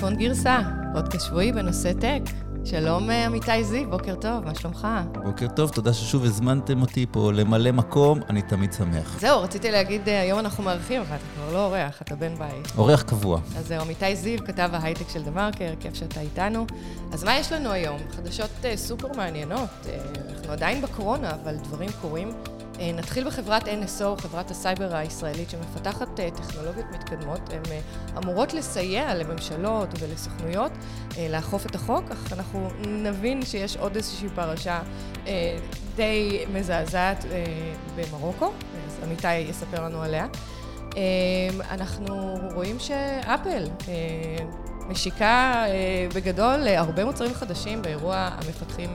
טלפון גרסה, פודקאסט שבועי בנושא טק. שלום אמיתי זיו, בוקר טוב, מה שלומך? בוקר טוב, תודה ששוב הזמנתם אותי פה למלא מקום, אני תמיד שמח. זהו, רציתי להגיד, היום אנחנו מארחים, אבל אתה כבר לא אורח, אתה בן בית. אורח קבוע. אז זהו, אמיתי זיו, כתב ההייטק של דמרקר, כיף שאתה איתנו. אז מה יש לנו היום? חדשות סופר מעניינות, אנחנו עדיין בקורונה, אבל דברים קורים. נתחיל בחברת NSO, חברת הסייבר הישראלית שמפתחת טכנולוגיות מתקדמות. הן אמורות לסייע לממשלות ולסוכנויות לאכוף את החוק, אך אנחנו נבין שיש עוד איזושהי פרשה די מזעזעת במרוקו, אז אמיתי יספר לנו עליה. אנחנו רואים שאפל משיקה בגדול הרבה מוצרים חדשים באירוע המפתחים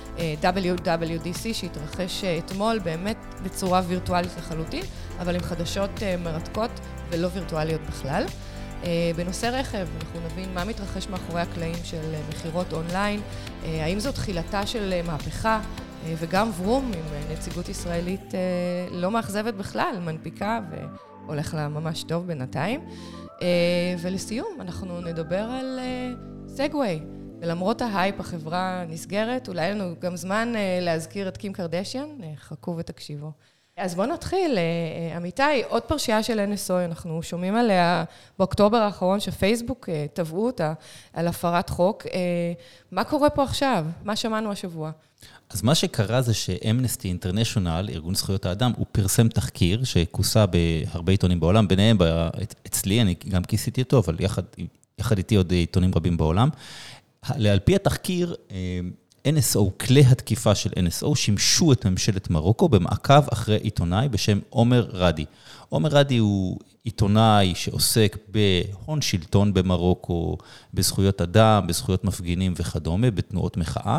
WWDC שהתרחש אתמול באמת בצורה וירטואלית לחלוטין, אבל עם חדשות מרתקות ולא וירטואליות בכלל. בנושא רכב אנחנו נבין מה מתרחש מאחורי הקלעים של מחירות אונליין, האם זו תחילתה של מהפכה, וגם ורום עם נציגות ישראלית לא מאכזבת בכלל, מנפיקה והולך לה ממש טוב בינתיים. ולסיום, אנחנו נדבר על סגווי. ולמרות ההייפ, החברה נסגרת, אולי לנו גם זמן להזכיר את קים קרדשיאן, חכו ותקשיבו. אז בואו נתחיל, אמיתי, עוד פרשייה של NSO, אנחנו שומעים עליה באוקטובר האחרון שפייסבוק תבעו אותה על הפרת חוק. מה קורה פה עכשיו? מה שמענו השבוע? אז מה שקרה זה שאמנסטי אינטרנשיונל, ארגון זכויות האדם, הוא פרסם תחקיר שכוסה בהרבה עיתונים בעולם, ביניהם אצלי, אני גם כיסיתי אותו, אבל יחד איתי עוד עיתונים רבים בעולם. על פי התחקיר, NSO, כלי התקיפה של NSO, שימשו את ממשלת מרוקו במעקב אחרי עיתונאי בשם עומר רדי. עומר רדי הוא עיתונאי שעוסק בהון שלטון במרוקו, בזכויות אדם, בזכויות מפגינים וכדומה, בתנועות מחאה.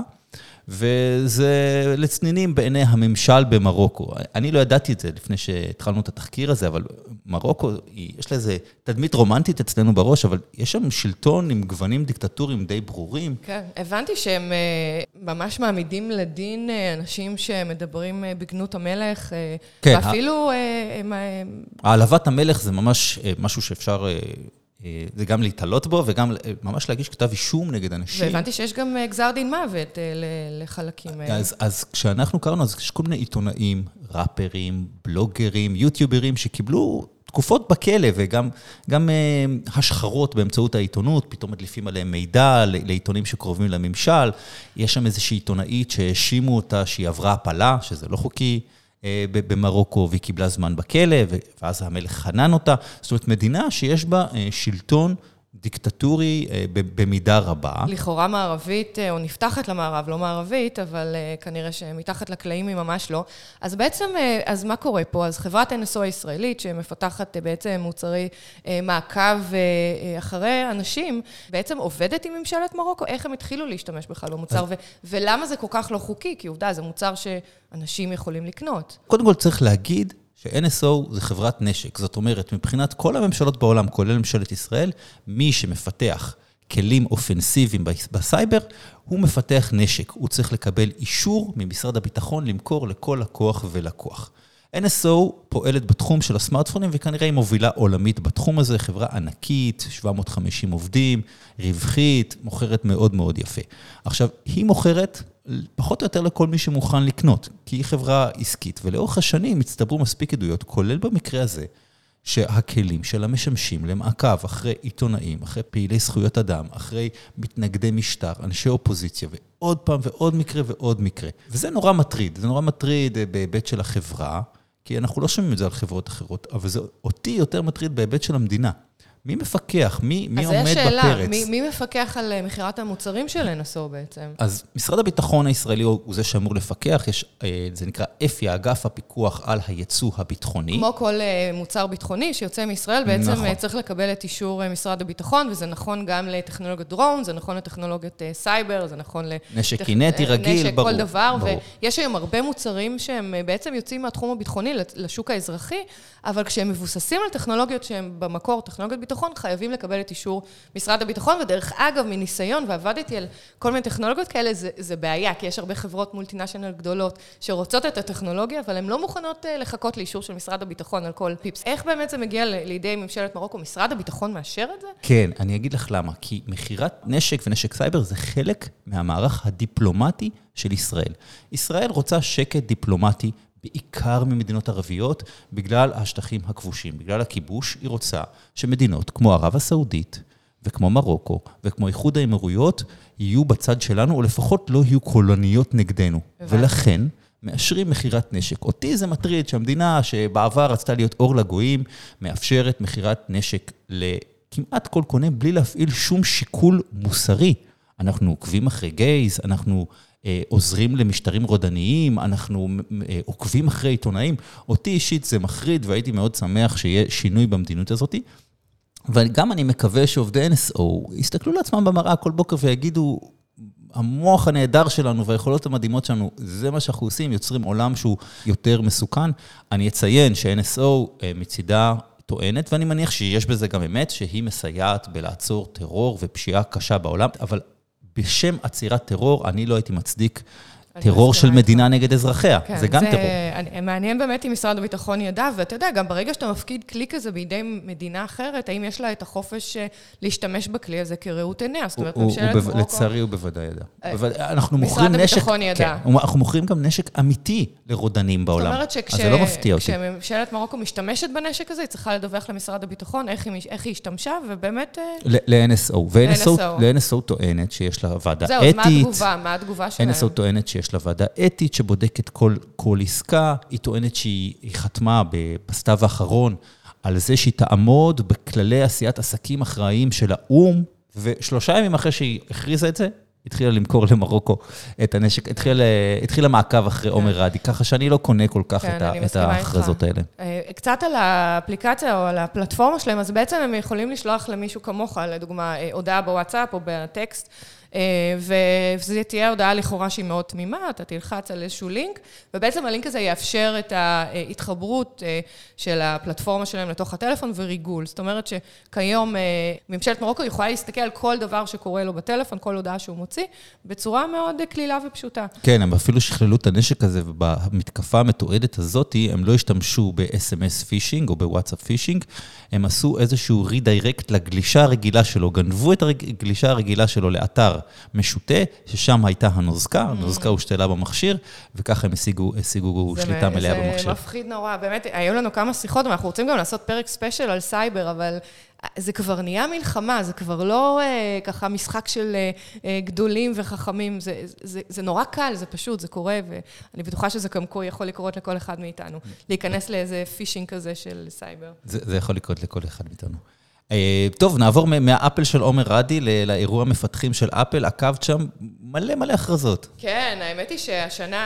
וזה לצנינים בעיני הממשל במרוקו. אני לא ידעתי את זה לפני שהתחלנו את התחקיר הזה, אבל מרוקו, יש לה איזה תדמית רומנטית אצלנו בראש, אבל יש שם שלטון עם גוונים דיקטטוריים די ברורים. כן, הבנתי שהם ממש מעמידים לדין אנשים שמדברים בגנות המלך, כן, ואפילו העלבת המלך זה ממש משהו שאפשר זה גם להתעלות בו, וגם ממש להגיש כתב אישום נגד אנשים. והבנתי שיש גם גזר דין מוות לחלקים. אז כשאנחנו קראנו, אז יש כל מיני עיתונאים, ראפרים, בלוגרים, יוטיוברים, שקיבלו תקופות בכלא, וגם השחרות באמצעות העיתונות, פתאום מדליפים עליהם מידע לעיתונים שקרובים לממשל. יש שם איזושהי עיתונאית שהאשימו אותה שהיא עברה הפלה, שזה לא חוקי, במרוקו, והיא קיבלה זמן בכלא, ואז המלך חנן אותה. זאת אומרת, מדינה שיש בה שלטון דיקטטורי במידה רבה. לכאורה מערבית, או נפתחת למערב, לא מערבית, אבל כנראה שמתחת לקלעים היא ממש לא. אז בעצם, אז מה קורה פה? אז חברת NSO הישראלית, שמפתחת בעצם מוצרי מעקב אחרי אנשים, בעצם עובדת עם ממשלת מרוקו? איך הם התחילו להשתמש בכלל במוצר? ולמה זה כל כך לא חוקי? כי עובדה, זה מוצר שאנשים יכולים לקנות. קודם כל צריך להגיד, ש-NSO זה חברת נשק, זאת אומרת, מבחינת כל הממשלות בעולם, כולל ממשלת ישראל, מי שמפתח כלים אופנסיביים בסייבר, הוא מפתח נשק. הוא צריך לקבל אישור ממשרד הביטחון למכור לכל לקוח ולקוח. NSO פועלת בתחום של הסמארטפונים, וכנראה היא מובילה עולמית בתחום הזה, חברה ענקית, 750 עובדים, רווחית, מוכרת מאוד מאוד יפה. עכשיו, היא מוכרת פחות או יותר לכל מי שמוכן לקנות, כי היא חברה עסקית, ולאורך השנים הצטברו מספיק עדויות, כולל במקרה הזה, שהכלים שלה משמשים למעקב אחרי עיתונאים, אחרי פעילי זכויות אדם, אחרי מתנגדי משטר, אנשי אופוזיציה, ועוד פעם ועוד מקרה ועוד מקרה. וזה נורא מטריד, זה נורא מטריד בהיבט של החברה, כי אנחנו לא שומעים את זה על חברות אחרות, אבל זה אותי יותר מטריד בהיבט של המדינה. מי מפקח? מי עומד בפרץ? מי מפקח על מחירת המוצרים של NSO בעצם? אז משרד הביטחון הישראלי הוא זה שאמור לפקח, זה נקרא אפי, אגף הפיקוח על הייצוא הביטחוני. כמו כל מוצר ביטחוני שיוצא מישראל, בעצם צריך לקבל את אישור משרד הביטחון, וזה נכון גם לטכנולוגיות דרון, זה נכון לטכנולוגיות סייבר, זה נכון נשק קינטי רגיל, נשק, כל דבר, ויש היום הרבה מוצרים שהם בעצם יוצאים מהתחום הביטחוני לשוק האזרחי, אבל כשהם מבוססים על טכנולוגיות שהן במקור, טכנולוגיות הביטחון חייבים לקבל את אישור משרד הביטחון, ודרך אגב, מניסיון, ועבדתי על כל מיני טכנולוגיות כאלה, זה בעיה, כי יש הרבה חברות מולטינשיונל גדולות שרוצות את הטכנולוגיה, אבל הן לא מוכנות לחכות לאישור של משרד הביטחון על כל פיפס. איך באמת זה מגיע לידי ממשלת מרוקו? משרד הביטחון מאשר את זה? כן, אני אגיד לך למה. כי מכירת נשק ונשק סייבר זה חלק מהמערך הדיפלומטי של ישראל. ישראל רוצה שקט דיפלומטי בעיקר ממדינות ערביות, בגלל השטחים הכבושים, בגלל הכיבוש. היא רוצה שמדינות כמו ערב הסעודית, וכמו מרוקו, וכמו איחוד האמירויות, יהיו בצד שלנו, או לפחות לא יהיו קולוניות נגדנו. ולכן, מאשרים מכירת נשק. אותי זה מטריד שהמדינה שבעבר רצתה להיות אור לגויים, מאפשרת מכירת נשק לכמעט כל קונה, בלי להפעיל שום שיקול מוסרי. אנחנו עוקבים אחרי גייז, אנחנו עוזרים למשטרים רודניים, אנחנו עוקבים אחרי עיתונאים. אותי אישית זה מחריד, והייתי מאוד שמח שיהיה שינוי במדינות הזאת. וגם אני מקווה שעובדי NSO יסתכלו לעצמם במראה כל בוקר ויגידו, המוח הנהדר שלנו והיכולות המדהימות שלנו, זה מה שאנחנו עושים, יוצרים עולם שהוא יותר מסוכן. אני אציין ש-NSO מצידה טוענת, ואני מניח שיש בזה גם אמת, שהיא מסייעת בלעצור טרור ופשיעה קשה בעולם, אבל בשם עצירת טרור, אני לא הייתי מצדיק טרור של מדינה נגד אזרחיה. זה גם טרור. מעניין באמת אם משרד הביטחון ידע, ואתה יודע, גם ברגע שאתה מפקיד כלי כזה בידי מדינה אחרת, האם יש לה את החופש להשתמש בכלי הזה כראות עיניה? זאת אומרת, ממשלת מרוקו... לצערי הוא בוודאי ידע. משרד הביטחון ידע. אנחנו מוכרים גם נשק אמיתי לרודנים בעולם. זאת אומרת אז זה לא מפתיע אותי. כשממשלת מרוקו משתמשת בנשק הזה, היא צריכה לדווח למשרד הביטחון איך היא השתמשה, ובאמת... ל-NSO. ו-NSO טוענת שיש לה ועדה אתית. זהו, מה התגובה שלהם? NSO טוענת שיש לה ועדה אתית שבודקת כל עסקה. היא טוענת שהיא חתמה בסתיו האחרון על זה שהיא תעמוד בכללי עשיית עסקים אחראיים של האום, ו3 ימים אחרי שהיא הכריזה את זה, התחילה למכור למרוקו את הנשק, התחילה מעקב אחרי עומר רדי, ככה שאני לא קונה כל כך את ההכרזות האלה. קצת על האפליקציה או על הפלטפורמה שלהם, אז בעצם הם יכולים לשלוח למישהו כמוך, לדוגמה, הודעה בוואטסאפ או בטקסט, וזה תהיה הודעה לכאורה שהיא מאוד תמימה, אתה תלחץ על איזשהו לינק, ובעצם הלינק הזה יאפשר את ההתחברות של הפלטפורמה שלהם לתוך הטלפון וריגול. זאת אומרת שכיום ממשלת מרוקו יכולה להסתכל על כל דבר שקורה לו בטלפון, כל הודעה שהוא מוציא, בצורה מאוד כלילה ופשוטה. כן, הם אפילו שכללו את הנשק הזה, ובמתקפה המתועדת הזאת, הם לא השתמשו ב-SMS פישינג או בוואטסאפ פישינג, הם עשו איזשהו רידיירקט לגלישה הרגילה שלו, גנבו את הגלישה הרגילה שלו לאתר משוטה, ששם הייתה הנוזקה הושתלה במכשיר, וככה הם השיגו שליטה מלאה במכשיר. זה מפחיד נורא, באמת, היו לנו כמה שיחות, ואנחנו רוצים גם לעשות פרק ספיישל על סייבר, אבל זה כבר נהיה מלחמה, זה כבר לא ככה משחק של גדולים וחכמים, זה נורא קל, זה פשוט, זה קורה, ואני בטוחה שזה כמקו יכול לקרות לכל אחד מאיתנו, להיכנס לאיזה פישינג כזה של סייבר. זה יכול לקרות לכל אחד מאיתנו. טוב, נעבור מהאפל של עומר רדי לאירוע מפתחים של אפל, עקבת שם מלא הכרזות. כן, האמת היא שהשנה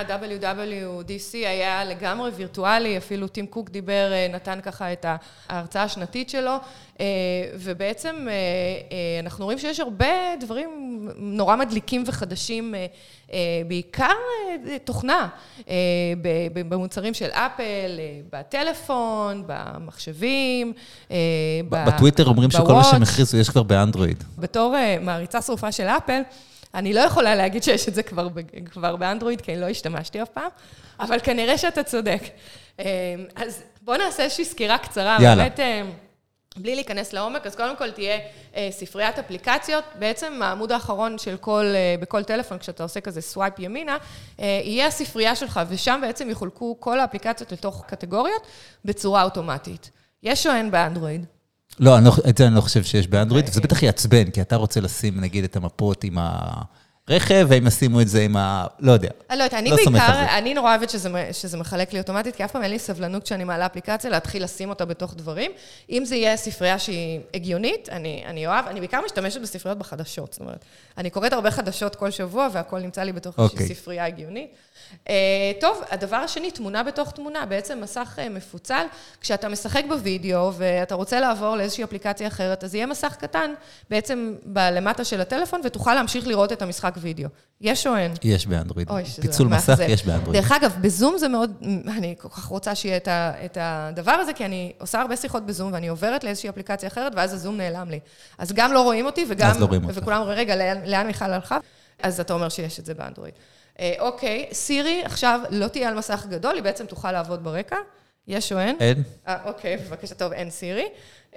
WWDC היה לגמרי וירטואלי, אפילו טים קוק דיבר, נתן ככה את ההרצאה השנתית שלו, ובעצם אנחנו רואים שיש הרבה דברים נורא מדליקים וחדשים, בעיקר תוכנה, במוצרים של אפל, בטלפון, במחשבים, בטוויטר אומרים שכל מה שהם הכריזו יש כבר באנדרואיד. בתור מעריצה שרופה של אפל, אני לא יכולה להגיד שיש את זה כבר באנדרואיד, כי אני לא השתמשתי אף פעם, אבל כנראה שאתה צודק. אז בואו נעשה איזושהי סקירה קצרה, באמת, בלי להיכנס לעומק, אז קודם כל תהיה ספריית אפליקציות, בעצם העמוד האחרון של בכל טלפון, כשאתה עושה כזה סווייפ ימינה, יהיה הספרייה שלך, ושם בעצם יחולקו כל האפליקציות לתוך קטגוריות, בצורה אוטומטית. יש או אין באנדרואיד? לא, את זה אני לא חושב שיש באנדרואיד, וזה בטח יעצבן, כי אתה רוצה לשים, נגיד, את המפות עם הרכב, והם ישימו את זה עם לא יודע. לא יודעת, אני בעיקר, אני נורא אוהבת שזה מחלק לי אוטומטית, כי אף פעם אין לי סבלנות כשאני מעלה אפליקציה, להתחיל לשים אותה בתוך דברים. אם זה יהיה ספרייה שהיא הגיונית, אני אוהב, אני בעיקר משתמשת בספריות בחדשות, זאת אומרת, אני קוראת הרבה חדשות כל שבוע, והכל נמצא לי בתוך ספרייה הגיונית. טוב, הדבר השני, תמונה בתוך תמונה, בעצם מסך מפוצל, כשאתה משחק בווידאו ואתה רוצה לעבור לאיזושהי אפליקציה אחרת, אז יהיה מסך קטן בעצם בלמטה של הטלפון, ותוכל להמשיך לראות את המשחק רק וידאו. יש או אין? יש באנדרואיד. פיצול מסך יש באנדרואיד. דרך אגב, בזום זה מאוד, אני כל כך רוצה שיהיה את הדבר הזה, כי אני עושה הרבה שיחות בזום, ואני עוברת לאיזושהי אפליקציה אחרת, ואז הזום נעלם לי. אז גם לא רואים אותי, וכולם אומרים, רגע, לאן מיכל הלכה? אז אתה אומר שיש את זה באנדרואיד. אוקיי, סירי עכשיו לא תהיה על מסך גדול, היא בעצם תוכל לעבוד ברקע. יש או אין? אין. אוקיי, בבקשה, טוב, אין סירי.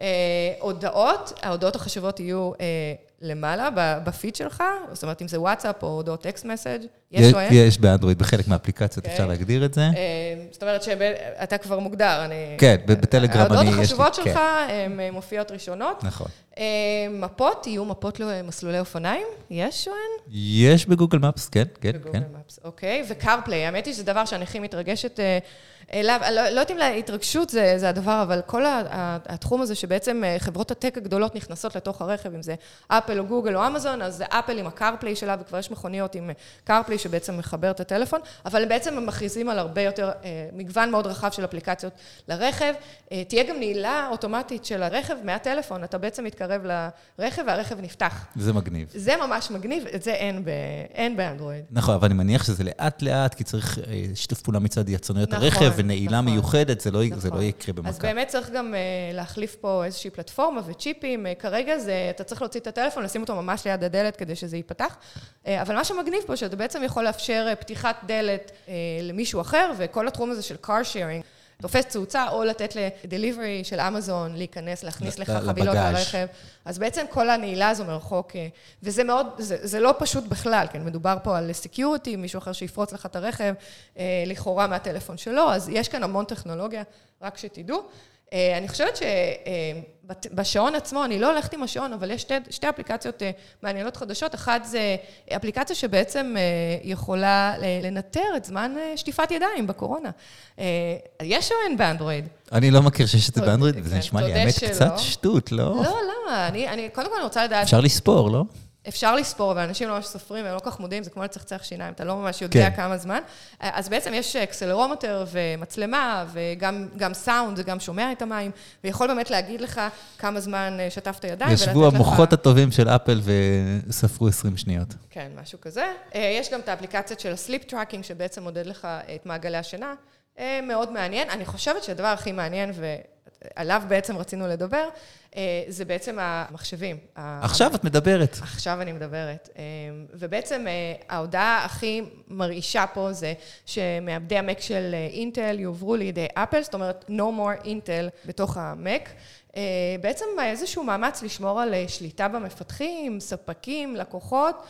ההודעות החשובות יהיו למעלה, בפיד שלך, זאת אומרת, אם זה וואטסאפ או הודעות טקסט מסאג', יש או אין? יש באנדרואיד, בחלק מהאפליקציות אפשר להגדיר את זה. זאת אומרת שאתה כבר מוגדר. כן, בטלגרם אני... ההודעות החשובות שלך הן מופיעות ראשונות. נכון. מפות, יהיו מפות למסלולי אופניים? יש או אין? יש בגוגל מפס, כן, כן. בגוגל מפס, אוקיי. וקארפליי, האמת היא שזה דבר שאני הכי מתרגשת אליו, לא יודעת אם להתרגשות זה הדבר, אבל כל התחום הזה שבעצם חברות הטק הגדולות נכנסות לתוך הרכב, אם זה אפל או גוגל או אמזון, אז זה אפל עם הקארפליי שלה, וכבר יש מכוניות עם קארפליי שבעצם מחבר את הטלפון, אבל בעצם הם מכריזים על הרבה יותר, מגוון מאוד רחב של אפליקציות לרכב. תהיה גם נעילה אוטומטית של הרכב מהטלפון, אתה בעצם מתקרב לרכב והרכב נפתח. זה מגניב. זה ממש מגניב, את זה אין באנדרואיד. נכון, אבל אני מניח שזה לאט לאט, כי צריך שיתוף פעולה מצד יצרניות הרכב ונעילה מיוחדת, זה לא יקרה במכה. אז באמת צריך גם להחליף פה איזושהי פלטפורמה וצ'יפים. כרגע אתה צריך להוציא את הטלפון, לשים אותו ממש ליד הדלת כדי שזה ייפתח. אבל מה שמגניב פה, שאתה בעצם יכול לאפשר פתיחת דלת למישהו אחר, וכל התחום הזה של car sharing, תופס צאוצה או לתת לדליברי של אמזון להיכנס, להכניס לך חבילות לרכב. אז בעצם כל הנעילה הזו מרחוק, וזה מאוד, זה לא פשוט בכלל, כן, מדובר פה על סקיוריטי, מישהו אחר שיפרוץ לך את הרכב, לכאורה מהטלפון שלו, אז יש כאן המון טכנולוגיה, רק שתדעו. אני חושבת שבשעון עצמו, אני לא הולכת עם השעון, אבל יש שתי אפליקציות מעניינות חדשות. אחת זה אפליקציה שבעצם יכולה לנטר את זמן שטיפת ידיים בקורונה. יש או אין באנדרואיד? אני לא מכיר שיש את זה באנדרואיד, וזה נשמע לי האמת קצת שטות, לא? לא, למה? אני קודם כל רוצה לדעת... אפשר לספור, לא? אפשר לספור, ואנשים לא ממש סופרים, הם לא כל כך מודעים, זה כמו לצחצח שיניים, אתה לא ממש יודע כמה זמן. אז בעצם יש אקסלרומטר ומצלמה, וגם סאונד, זה גם שומע את המים, ויכול באמת להגיד לך כמה זמן שטפת ידיים. ישבו המוחות הטובים של אפל וספרו 20 שניות. כן, משהו כזה. יש גם את האפליקציות של הסליפ טראקינג, שבעצם מודד לך את מעגלי השינה. מאוד מעניין. אני חושבת שהדבר הכי מעניין, ועליו בעצם רצינו לדבר, זה בעצם המחשבים. עכשיו את מדברת. עכשיו אני מדברת. ובעצם ההודעה הכי מרעישה פה זה שמעבדי המק של אינטל יועברו לידי אפל, זאת אומרת, no more אינטל בתוך המק. בעצם איזשהו מאמץ לשמור על שליטה במפתחים, ספקים, לקוחות,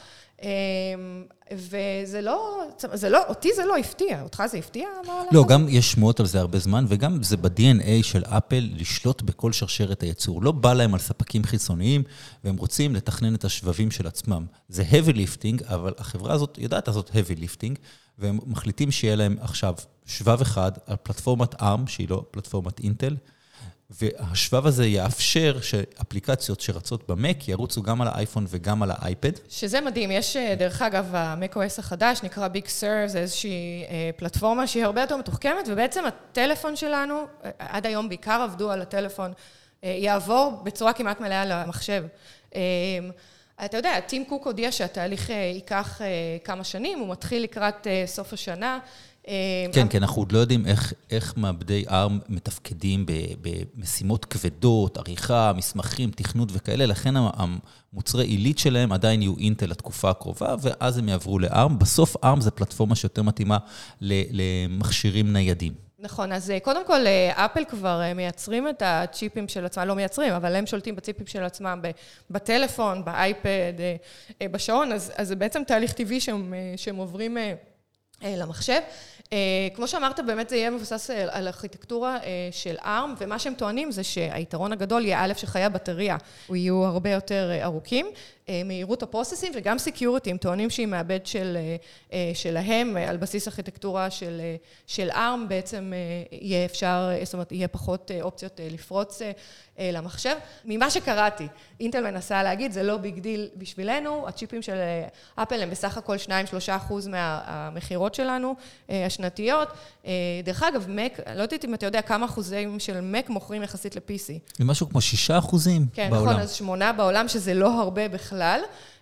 וזה לא, אותי זה לא הפתיע, אותך זה הפתיע? לא, גם יש שמועות על זה הרבה זמן, וגם זה ב-DNA של אפל לשלוט בכל שרשרת הייצור. לא בא להם על ספקים חיצוניים, והם רוצים לתכנן את השבבים של עצמם. זה heavy lifting, אבל החברה הזאת יודעת לעשות heavy lifting, והם מחליטים שיהיה להם עכשיו שבב אחד על פלטפורמת ARM, שהיא לא פלטפורמת אינטל, והשבב הזה יאפשר שאפליקציות שרצות במק ירוצו גם על האייפון וגם על האייפד. שזה מדהים. יש, דרך אגב, המק-OS החדש נקרא Big Sur, זה איזושהי פלטפורמה שהיא הרבה יותר מתוחכמת, ובעצם הטלפון שלנו, עד היום בעיקר עבדו על הטלפון, יעבור בצורה כמעט מלאה למחשב. אתה יודע, טים קוק הודיע שהתהליך ייקח כמה שנים, הוא מתחיל לקראת סוף השנה. כן, כי אנחנו עוד לא יודעים איך מעבדי ARM מתפקדים במשימות כבדות, עריכה, מסמכים, תכנות וכאלה, לכן המוצרי עילית שלהם עדיין יהיו אינטל לתקופה הקרובה, ואז הם יעברו ל-ARM. בסוף ARM זה פלטפורמה שיותר מתאימה למכשירים ניידים. נכון, אז קודם כל, אפל כבר מייצרים את הצ'יפים של עצמם, לא מייצרים, אבל הם שולטים בצ'יפים של עצמם, בטלפון, באייפד, בשעון, אז זה בעצם תהליך טבעי שהם עוברים למחשב. כמו שאמרת, באמת זה יהיה מבוסס על ארכיטקטורה של ARM, ומה שהם טוענים זה שהיתרון הגדול יהיה א' שחיי הבטריה, יהיו הרבה יותר ארוכים, מהירות הפרוססים וגם סקיוריטי, הם טוענים שהיא מעבד שלהם על בסיס ארכיטקטורה של ARM, בעצם יהיה אפשר, זאת אומרת, יהיה פחות אופציות לפרוץ למחשב. ממה שקראתי, אינטל מנסה להגיד, זה לא ביג דיל בשבילנו, הצ'יפים של אפל הם בסך הכל 2-3% מהמחירות שלנו, השנתיות. דרך אגב, מק, לא יודעת אם אתה יודע כמה אחוזים של מק מוכרים יחסית ל-PC. זה משהו כמו 6% כן, בעולם. נכון, אז 8 בעולם, שזה לא הרבה בכלל.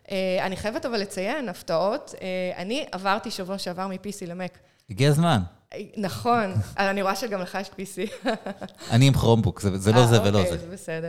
אני חייבת אבל לציין, הפתעות. אני עברתי שבוע שעבר מ-PC למק. הגיע הזמן. נכון, אני רואה שגם לך יש PC. אני עם כרומבוק, זה לא זה ולא זה. אוקיי, זה בסדר.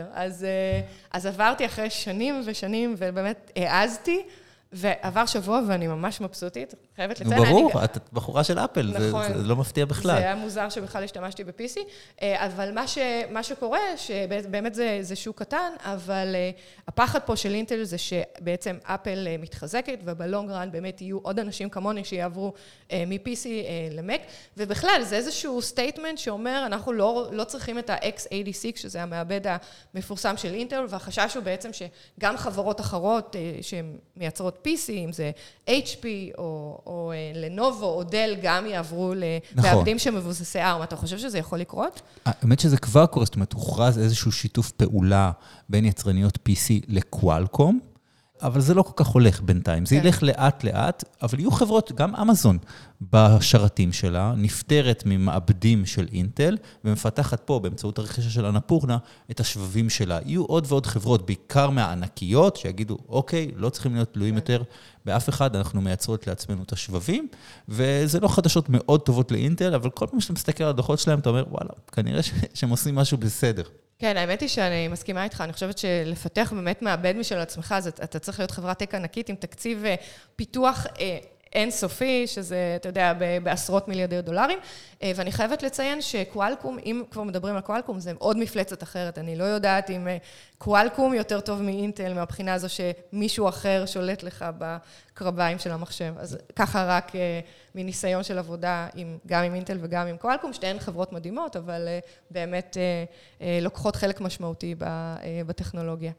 אז עברתי אחרי שנים ושנים, ובאמת העזתי, ועבר שבוע ואני ממש מבסוטית, חייבת לציין. ברור, את בחורה של אפל, זה לא מפתיע בכלל. זה היה מוזר שבכלל השתמשתי ב-PC, אבל מה שקורה, שבאמת זה שוק קטן, אבל הפחד פה של אינטל זה שבעצם אפל מתחזקת, ובלונגרן באמת יהיו עוד אנשים כמוני שיעברו מ-PC למק, ובכלל זה איזשהו סטייטמנט שאומר, אנחנו לא צריכים את ה-x86, שזה המעבד המפורסם של אינטל, והחשש הוא בעצם שגם חברות אחרות שמייצרות PC, אם זה HP או לנובו או דל, גם יעברו למעבדים שמבוססי ARM. אתה חושב שזה יכול לקרות? האמת שזה כבר קורה, זאת אומרת, הוכרז איזשהו שיתוף פעולה בין יצרניות PC לקואלקום, אבל זה לא כל כך הולך בינתיים. זה ילך לאט לאט, אבל יהיו חברות, גם אמזון, בשרתים שלה, נפטרת ממעבדים של אינטל, ומפתחת פה, באמצעות הרכישה של אנפורנה, את השבבים שלה. יהיו עוד ועוד חברות, בעיקר מהענקיות, שיגידו, אוקיי, לא צריכים להיות תלויים יותר באף אחד, אנחנו מייצרות לעצמנו את השבבים, וזה לא חדשות מאוד טובות לאינטל, אבל כל פעם שאתה מסתכל על הדוחות שלהם, אתה אומר, וואלה, כנראה שהם עושים משהו בסדר. כן, האמת היא שאני מסכימה איתך, אני חושבת שלפתח באמת מעבד משל עצמך, אז אתה צריך להיות חברת טק ענקית עם תקציב פיתוח אינסופי, שזה, אתה יודע, בעשרות מיליארדי דולרים, ואני חייבת לציין שקואלקום, אם כבר מדברים על קואלקום, זה עוד מפלצת אחרת, אני לא יודעת אם קואלקום יותר טוב מאינטל, מהבחינה הזו שמישהו אחר שולט לך בקרביים של המחשב, אז ככה רק מניסיון של עבודה, גם עם אינטל וגם עם קואלקום, שתיהן חברות מדהימות, אבל באמת לוקחות חלק משמעותי בטכנולוגיה.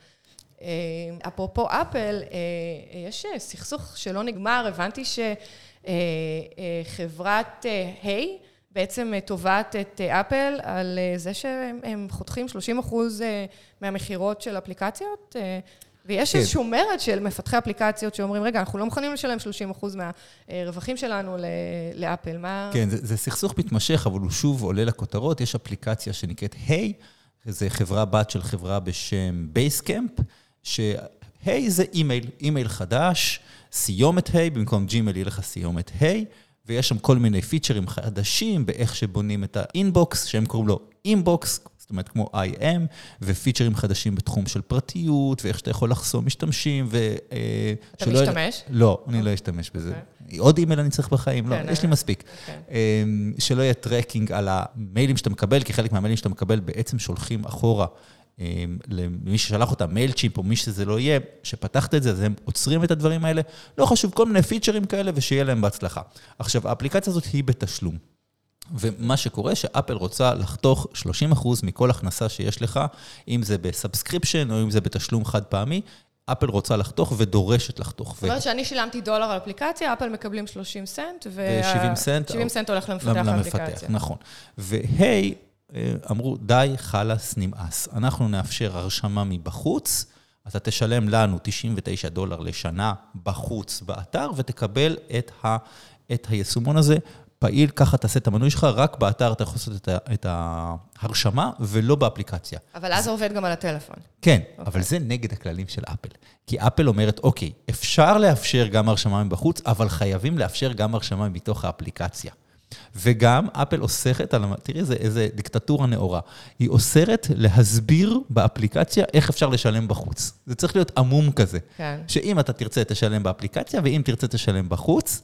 אפרופו אפל, יש סכסוך שלא נגמר, הבנתי שחברת היי בעצם תובעת את אפל על זה שהם חותכים 30% מהמחירות של אפליקציות, ויש איזשהו מרד של מפתחי אפליקציות שאומרים, רגע, אנחנו לא מוכנים לשלם 30% מהרווחים שלנו לאפל. כן, זה סכסוך מתמשך, אבל הוא שוב עולה לכותרות, יש אפליקציה שנקראת היי, זו חברה בת של חברה בשם בייסקאמפ, שהי זה אימייל חדש, סיומת היי, במקום ג'ימייל יהיה לך סיומת היי, ויש שם כל מיני פיצ'רים חדשים באיך שבונים את האינבוקס, שהם קוראים לו אינבוקס, זאת אומרת כמו IM, ופיצ'רים חדשים בתחום של פרטיות, ואיך שאתה יכול לחסום משתמשים, אתה משתמש? לא, אני לא אשתמש בזה. עוד אימייל אני צריך בחיים, לא, יש לי מספיק. שלא יהיה טרקינג על המיילים שאתה מקבל, כי חלק מהמיילים שאתה מקבל בעצם שולחים אחורה, למי ששלח אותה, מייל צ'ימפ או מי שזה לא יהיה, שפתחת את זה, אז הם עוצרים את הדברים האלה, לא חשוב, כל מיני פיצ'רים כאלה, ושיהיה להם בהצלחה. עכשיו, האפליקציה הזאת היא בתשלום. ומה שקורה, שאפל רוצה לחתוך 30% מכל הכנסה שיש לך, אם זה בסאבסקריפשן או אם זה בתשלום חד פעמי, אפל רוצה לחתוך ודורשת לחתוך. זאת אומרת שאני שילמתי $1 על אפליקציה, אפל מקבלים 30 סנט, ו-70 סנט, 70 סנט הולך למפתח האפליקציה. נכון. והי, אמרו, די, חלס, נמאס. אנחנו נאפשר הרשמה מבחוץ, אתה תשלם לנו $99 לשנה בחוץ באתר, ותקבל את היישומון הזה פעיל, ככה תעשה את המנוי שלך, רק באתר אתה יכול לעשות את ההרשמה, ולא באפליקציה. אבל אז זה עובד גם על הטלפון. כן, אבל זה נגד הכללים של אפל. כי אפל אומרת, אוקיי, אפשר לאפשר גם הרשמה מבחוץ, אבל חייבים לאפשר גם הרשמה מתוך האפליקציה. וגם אפל אוסרת, תראי איזה דיקטטורה נאורה, היא אוסרת להסביר באפליקציה איך אפשר לשלם בחוץ. זה צריך להיות עמום כזה. כן. שאם אתה תרצה תשלם באפליקציה, ואם תרצה תשלם בחוץ,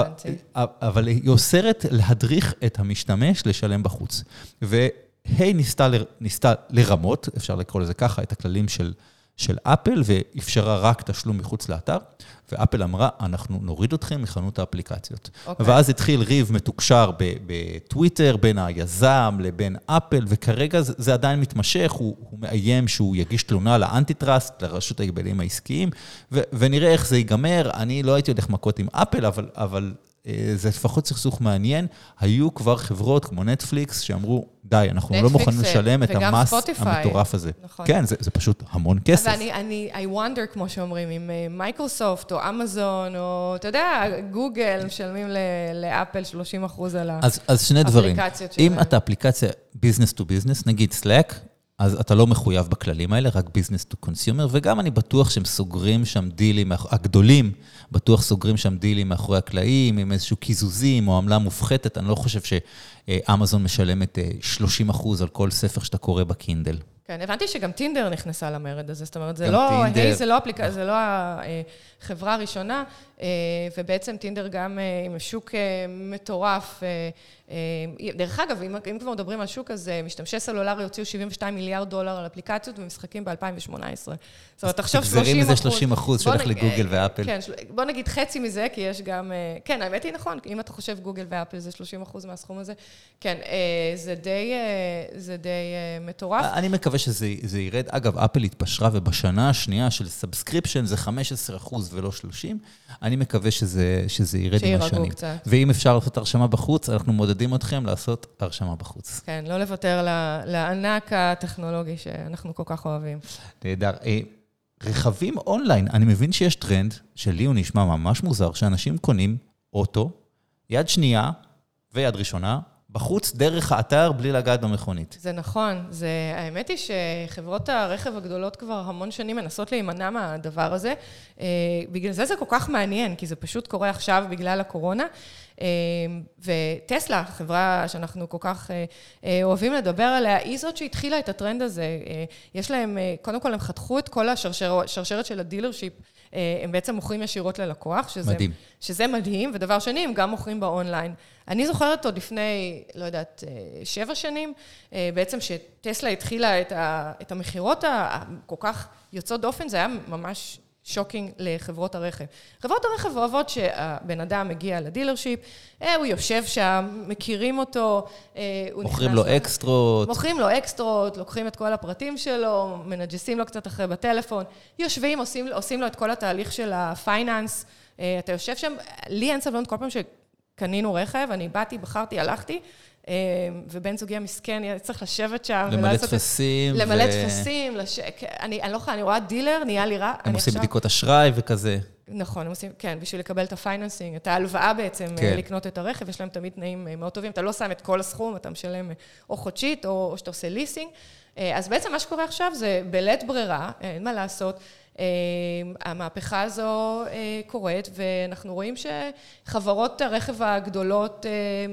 אבל היא אוסרת להדריך את המשתמש לשלם בחוץ. והיא ניסתה לרמות, אפשר לקרוא לזה ככה, את הכללים של אפל, ואפשרה רק תשלום מחוץ לאתר, ואפל אמרה, אנחנו נוריד אתכם מחנות האפליקציות. ואז התחיל ריב מתוקשר בטוויטר, בין היזם לבין אפל, וכרגע זה עדיין מתמשך, הוא מאיים שהוא יגיש תלונה לאנטי-טראסט, לרשות ההגבלים העסקיים, ונראה איך זה ייגמר. אני לא הייתי יודע איך מכות עם אפל, אבל זה לפחות סכסוך מעניין. היו כבר חברות כמו נטפליקס שאמרו, די, אנחנו לא מוכנים לשלם את המס המטורף הזה. כן, זה פשוט המון כסף. אבל I wonder, כמו שאומרים, אם מייקרוסופט או אמזון, או אתה יודע, גוגל משלמים לאפל 30% על האפליקציות שלהם. אז שני דברים. אם אתה אפליקציה business to business, נגיד Slack, אז אתה לא מחויב בכללים האלה, רק business to consumer, וגם אני בטוח שהם סוגרים שם דילים, הגדולים, בטוח סוגרים שם דילים מאחורי הקלעים, עם איזשהו קיזוזים או עמלה מופחתת, אני לא חושב שאמזון משלמת 30% על כל ספר שאתה קורא בקינדל. כן, הבנתי שגם טינדר נכנסה למרד הזה, זאת אומרת, זה לא, היי, זה לא החברה הראשונה, ובעצם טינדר גם עם שוק מטורף. דרך אגב, אם כבר מדברים על שוק, אז משתמשי סלולרי הוציאו $72 מיליארד על אפליקציות ומשחקים ב-2018. זאת אומרת, תחשוב 30%. תגזרי מזה 30% שהולך לגוגל ואפל. כן, בוא נגיד חצי מזה, כי יש גם, כן, האמת היא נכון, אם אתה חושב גוגל ואפל זה 30% מהסכום הזה, כן, זה די מטורף. אני מקווה שזה ירד. אגב, אפל התפשרה, ובשנה השנייה של סאבסקריפשן זה 15% ולא 30%. אני מקווה שזה ירד עם השנים. ואם אפשר לעשות הרשמה בחוץ, אנחנו מודדים אתכם לעשות הרשמה בחוץ. כן, לא לוותר לענק הטכנולוגי שאנחנו כל כך אוהבים. נהדר. רכבים אונליין, אני מבין שיש טרנד, שלי הוא נשמע ממש מוזר, שאנשים קונים אוטו, יד שנייה ויד ראשונה, בחוץ דרך האתר בלי לגעת במכונית. זה נכון. האמת היא שחברות הרכב הגדולות כבר המון שנים מנסות להימנע מהדבר הזה. בגלל זה כל כך מעניין, כי זה פשוט קורה עכשיו בגלל הקורונה. וטסלה, חברה שאנחנו כל כך אוהבים לדבר עליה, היא זאת שהתחילה את הטרנד הזה. יש להם, קודם כל הם חתכו את כל השרשרת של הדילרשיפ, הם בעצם מוכרים ישירות ללקוח, שזה מדהים, ודבר שני, הם גם מוכרים באונליין. אני זוכרת עוד לפני, לא יודעת, 7 שנים, בעצם שטסלה התחילה את המחירות הכל כך יוצאות דופן, זה היה ממש שוקינג לחברות הרכב. חברות הרכב אוהבות שהבן אדם מגיע לדילרשיפ, הוא יושב שם, מכירים אותו, מוכרים לו אקסטרות. מוכרים לו אקסטרות, לוקחים את כל הפרטים שלו, מנג'סים לו קצת אחרי בטלפון, יושבים, עושים לו את כל התהליך של הפייננס, אתה יושב שם, לי אין סבלנות כל פעם שקנינו רכב, אני באתי, בחרתי, הלכתי, ובן זוגי המסכן, צריך לשבת שם. למלא טפסים. למלא טפסים, אני לא יכולה, אני רואה דילר, נהיה לי רע. הם עושים בדיקות אשראי וכזה. נכון, הם עושים, כן, בשביל לקבל את הפייננסינג, את ההלוואה בעצם, לקנות את הרכב, יש להם תמיד תנאים מאוד טובים, אתה לא שם את כל הסכום, אתה משלם או חודשית, או שאתה עושה ליסינג. אז בעצם מה שקורה עכשיו זה בלית ברירה, אין מה לעשות, המהפכה הזו קורית, ואנחנו רואים שחברות הרכב הגדולות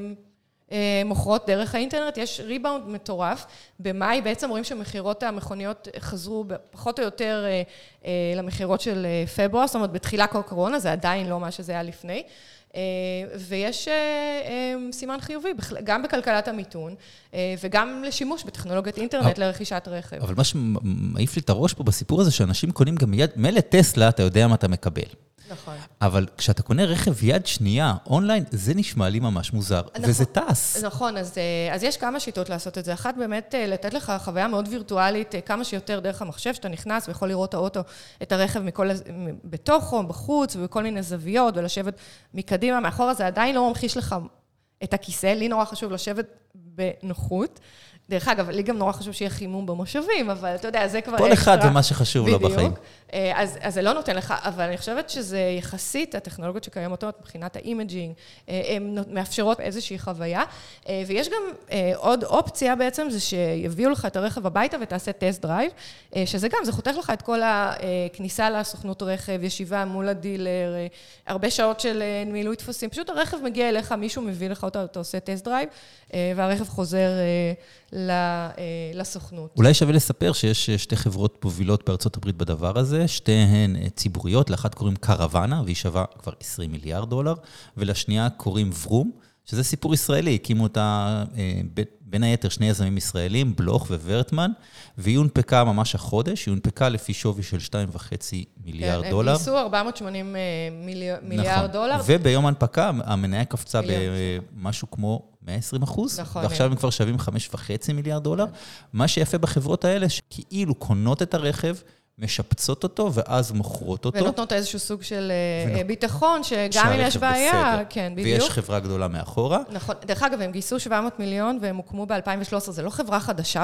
מוכרות דרך האינטרנט, יש ריבאונד מטורף. במאי בעצם רואים שמחירות המכוניות חזרו פחות או יותר למחירות של פברואר, זאת אומרת בתחילה כל קורונה, זה עדיין לא מה שזה היה לפני. ויש סימן חיובי, גם בכלכלת המיתון, וגם לשימוש בטכנולוגיית אינטרנט לרכישת רכב. אבל מה שמעיף לי את הראש פה בסיפור הזה, שאנשים קונים גם מיד, מלא טסלה, אתה יודע מה אתה מקבל. נכון. אבל כשאתה קונה רכב יד שנייה אונליין, זה נשמע לי ממש מוזר, וזה טס. נכון, אז יש כמה שיטות לעשות את זה. אחת באמת לתת לך חוויה מאוד וירטואלית, כמה שיותר דרך המחשב, שאתה נכנס ויכול לראות האוטו, את הרכב בתוכו, בחוץ, ובכל מיני זוויות, ולשבת מקדימה, מאחורה זה עדיין לא ממחיש לך את הכיסא, לי נורא חשוב לשבת בנוחות. דרך אגב, לי גם נורא חשוב שיהיה חימום במושבים, אבל אתה יודע, זה כבר כל אחד זה מה שחשוב לו בחיים. אז זה לא נותן לך, אבל אני חושבת שזה יחסית, הטכנולוגיות שקיימות מבחינת האימג'ינג, הן מאפשרות איזושהי חוויה, ויש גם עוד אופציה בעצם, זה שיביאו לך את הרכב הביתה ותעשה טסט דרייב, שזה גם, זה חותך לך את כל הכניסה לסוכנות רכב, ישיבה מול הדילר, הרבה שעות של מילוי תפוסים, פשוט הרכב מגיע אליך, מישהו מביא לך אותו, אתה עושה טסט דרייב, והרכב חוזר לסוכנות. אולי שווה לספר שיש 2 חברות מובילות בארצות הברית בדבר הזה, 2 ציבוריות, לאחת קוראים קרוואנה, והיא שווה כבר $20 מיליארד, ולשנייה קוראים ורום, שזה סיפור ישראלי, הקימו אותה בין היתר 2 יזמים ישראלים, בלוך וורטמן, והיא הונפקה ממש החודש, היא הונפקה לפי שווי של $2.5 מיליארד. הם גייסו $480 מיליארד. וביום ההנפקה, המניה קפצה במשהו כמו 120%, ועכשיו הם כבר שווים $5.5 מיליארד. מה שיפה בחברות האלה, שכאילו קונות את הרכב, משפצות אותו, ואז מוכרות אותו. ונותנות איזשהו סוג של ביטחון, שגם אם יש בעיה, כן, בדיוק. ויש חברה גדולה מאחורה. נכון. דרך אגב, הם גייסו $700 מיליון, והם הוקמו ב-2013. זה לא חברה חדשה,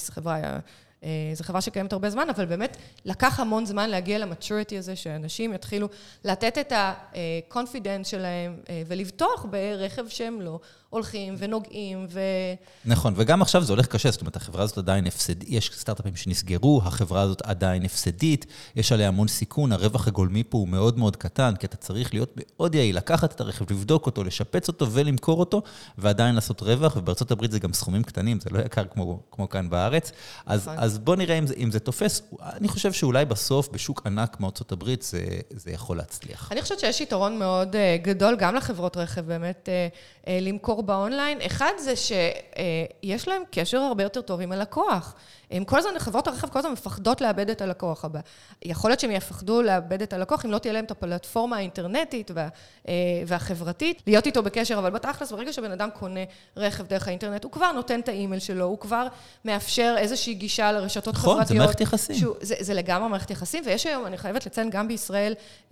זו חברה שקיימת הרבה זמן, אבל באמת לקח המון זמן להגיע למצ'וריטי הזה, שאנשים יתחילו לתת את ה-confidence שלהם, ולבטוח ברכב שהם לא הולכים ונוגעים נכון, וגם עכשיו זה הולך קשה, זאת אומרת, החברה הזאת עדיין הפסדית, יש סטארט-אפים שנסגרו, החברה הזאת עדיין הפסדית, יש עליה המון סיכון, הרווח הגולמי פה הוא מאוד מאוד קטן, כי אתה צריך להיות מאוד יעיל, לקחת את הרכב, לבדוק אותו, לשפץ אותו ולמכור אותו, ועדיין לעשות רווח, ובארצות הברית זה גם סכומים קטנים, זה לא יקר כמו כאן בארץ. אז בוא נראה אם זה תופס. אני חושב שאולי בסוף, בשוק ענק מארצות הברית, זה יכול להצליח. אני חושבת שיש יתרון מאוד גדול, גם לחברות רכב באמת, למכור באונליין. אחד זה שיש להם קשר הרבה יותר טוב עם הלקוח. כל הזמן, חברות הרכב כל הזמן מפחדות לאבד את הלקוח הבא. יכול להיות שהם יפחדו לאבד את הלקוח, אם לא תהיה להם את הפלטפורמה האינטרנטית והחברתית, להיות איתו בקשר, אבל בתכלס, ברגע שבן אדם קונה רכב דרך האינטרנט, הוא כבר נותן את האימייל שלו, הוא כבר מאפשר איזושהי גישה לרשתות חברתיות. נכון, זה מערכת יחסים. זה לגמרי מערכת יחסים, ויש היום, אני חייבת לציין, גם בישראל,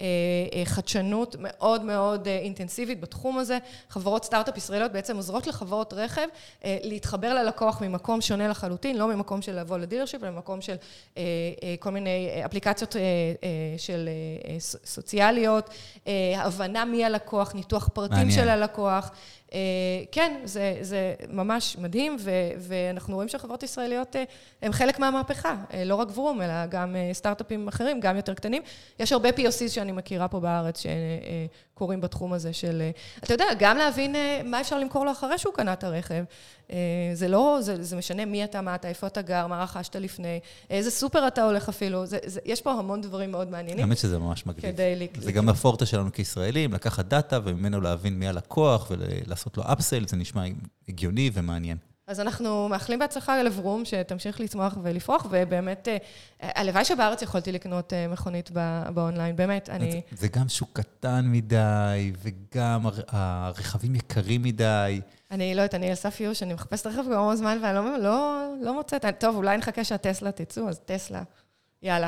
חדשנות מאוד מאוד אינטנסיבית בתחום הזה. חברות סטארט-אפ ישראליות בעצם עוזרות לחברות רכב להתחבר ללקוח ממקום שונה לחלוטין, לא ממקום של לבוא לדילרשיפ, אלא ממקום של כל מיני אפליקציות של סוציאליות, הבנה מי הלקוח, ניתוח פרטים של הלקוח. כן, זה ממש מדהים, ואנחנו רואים שהחברות ישראליות הן חלק מהמהפכה, לא רק ורום, אלא גם סטארט-אפים אחרים, גם יותר קטנים. יש הרבה POCs שאני מכירה פה בארץ, שקוראים בתחום הזה של... אתה יודע, גם להבין מה אפשר למכור לו אחרי שהוא קנה את הרכב. זה לא, זה משנה מי אתה, מה אתה, איפה אתה גר, מה רכשת לפני, איזה סופר אתה הולך אפילו. יש פה המון דברים מאוד מעניינים. האמת שזה ממש מגניב. זה גם הפורטה שלנו כישראלים, לקחת דאטה וממנו להבין מי הלקוח ולעשות לו אפסל, זה נשמע הגיוני ומעניין. אז אנחנו מאחלים בהצלחה לברום, שתמשיך לצמוח ולפרוח, ובאמת, הלוואי שבארץ יכולתי לקנות מכונית באונליין, באמת, אני... זה גם שוק קטן מדי, וגם הרכבים יקרים מדי. אני לא יודעת, אני על סף יוש, אני מחפשת רכב כבר המון זמן, ואני לא מוצאת. טוב, אולי נחכה שהטסלה תצאו, אז טסלה, יאללה.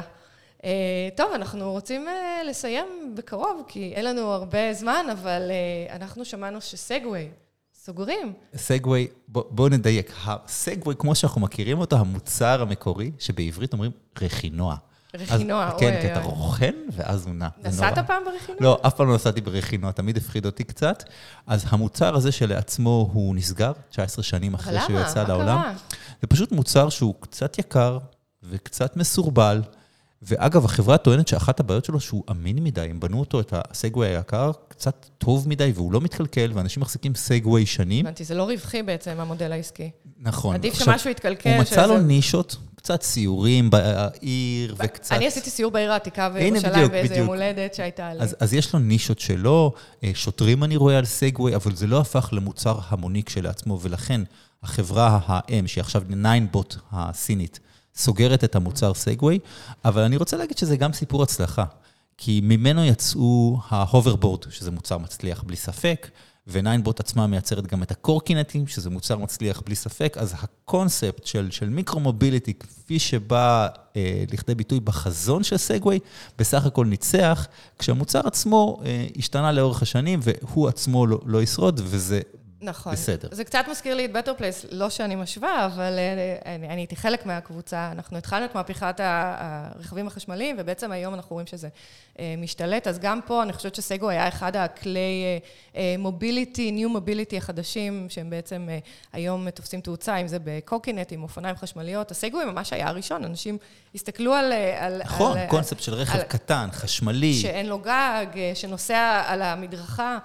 טוב, אנחנו רוצים לסיים בקרוב, כי אין לנו הרבה זמן, אבל אנחנו שמענו שסגווי סוגרים. סגווי, בואו נדייק. הסגווי, כמו שאנחנו מכירים אותו, המוצר המקורי, שבעברית אומרים רכינוע. רכינוע, אוי. כן, כי אתה רוכן, ואז הוא נע. נסעת פעם ברכינוע? לא, אף פעם לא נסעתי ברכינוע, תמיד הפחיד אותי קצת. אז המוצר הזה שלעצמו הוא נסגר, 19 שנים אחרי שהוא יצא לעולם. מה קרה? זה פשוט מוצר שהוא קצת יקר, וקצת מסורבל, ואגב, החברה טוענת שאחת הבעיות שלו שהוא אמין מדי, הם בנו אותו, את הסגווי היקר, קצת טוב מדי, והוא לא מתקלקל, ואנשים מחזיקים סגווי שנים. הבנתי, זה לא רווחי בעצם, המודל העסקי. נכון. עדיף שמשהו יתקלקל. הוא מצא לו נישות, קצת סיורים בעיר, וקצת... אני עשיתי סיור בעיר העתיקה בירושלים, באיזה יום הולדת שהייתה עלי. אז יש לו נישות שלו, שוטרים אני רואה על סגווי, אבל זה לא הפך למוצר המוני כשלעצמו, ולכן החברה האם, שהיא עכשיו 9bot הסינית, סוגרת את המוצר סגווי, אבל אני רוצה להגיד שזה גם סיפור הצלחה, כי ממנו יצאו ההוברבורד, שזה מוצר מצליח בלי ספק, ו9bot עצמה מייצרת גם את הקורקינטים, שזה מוצר מצליח בלי ספק, אז הקונספט של מיקרו-מוביליטי, כפי שבא לכדי ביטוי בחזון של סגווי, בסך הכל ניצח, כשהמוצר עצמו השתנה לאורך השנים, והוא עצמו לא ישרוד, וזה... נכון. בסדר. זה קצת מזכיר לי את Better Place, לא שאני משווה, אבל אני הייתי חלק מהקבוצה, אנחנו התחלנו את מהפכת הרכבים החשמליים, ובעצם היום אנחנו רואים שזה משתלט, אז גם פה אני חושבת שסגווי היה אחד הכלי מוביליטי, ניו מוביליטי החדשים, שהם בעצם היום תופסים תאוצה, אם זה בקורקינטים, אופניים חשמליות, הסגווי ממש היה הראשון, אנשים הסתכלו על... נכון, קונספט של רכב קטן, חשמלי. שאין לו גג, שנוסע על המדרכה,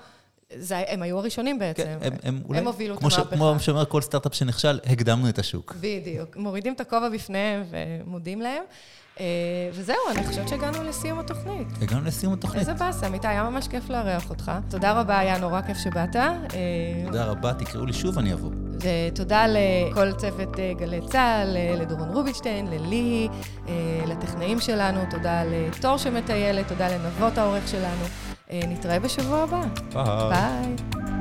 הם היו הראשונים בעצם. הם הובילו את המהפכה. כמו שאומר כל סטארט-אפ שנכשל, הקדמנו את השוק. בדיוק. מורידים את הכובע בפניהם ומודים להם. וזהו, אני חושבת שהגענו לסיום התוכנית. הגענו לסיום התוכנית. איזה באסה, אמיתי, היה ממש כיף לארח אותך. תודה רבה, היה נורא כיף שבאת. תודה רבה, תקראו לי שוב, אני אבוא. ותודה לכל צוות גלי צהל, לדורון רובינשטיין, ללי, לטכנאים שלנו, תודה לתור שמטיילת, תודה לנבות העורך שלנו. נתראה בשבוע הבא. ביי.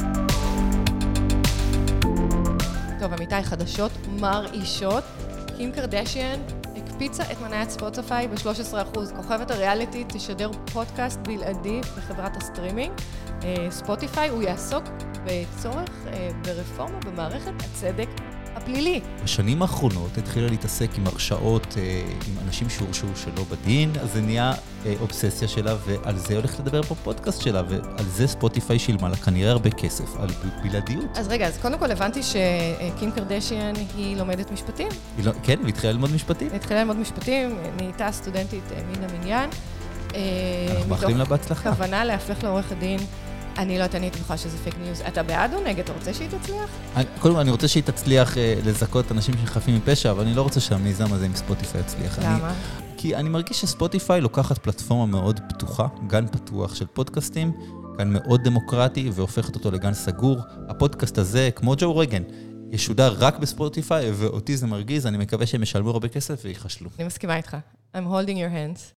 טוב, אמיתי, חדשות מרעישות. קים קרדשיאן הקפיצה את מניית ספוטיפיי ב-13%. כוכבת הריאליטי תשדר פודקאסט בלעדי בחברת הסטרימינג. ספוטיפיי הוא יעסוק בצורך ברפורמה במערכת הצדק הפלילי. בשנים האחרונות התחילה להתעסק עם הרשעות, עם אנשים שהורשעו שלא בדין, אז זה נהיה אובססיה שלה, ועל זה הולכת לדבר בפודקאסט שלה, ועל זה ספוטיפיי שילמה לה כנראה הרבה כסף, על בלעדיות. אז רגע, אז קודם כל הבנתי שקים קרדשיאן היא לומדת משפטים. כן, והתחילה ללמוד משפטים. התחילה ללמוד משפטים, נהייתה סטודנטית מן המניין. אנחנו מאחלים לה בהצלחה. כוונה להפך לעורך הדין. אני לא הייתי בטוחה שזה פייק ניוז. אתה בעד או נגד? אתה רוצה שהיא תצליח? קודם כל, אני רוצה שהיא תצליח לזכות אנשים שחפים מפשע, אבל אני לא רוצה שהמיזם הזה עם ספוטיפיי יצליח. למה? כי אני מרגיש שספוטיפיי לוקחת פלטפורמה מאוד פתוחה, גן פתוח של פודקאסטים, גן מאוד דמוקרטי, והופכת אותו לגן סגור. הפודקאסט הזה, כמו ג'ו רוגן, ישודר רק בספוטיפיי, ואותי זה מרגיז, אני מקווה שהם ישלמו הרבה כסף ויחשלו. אני מסכימה איתך. I'm holding your hands.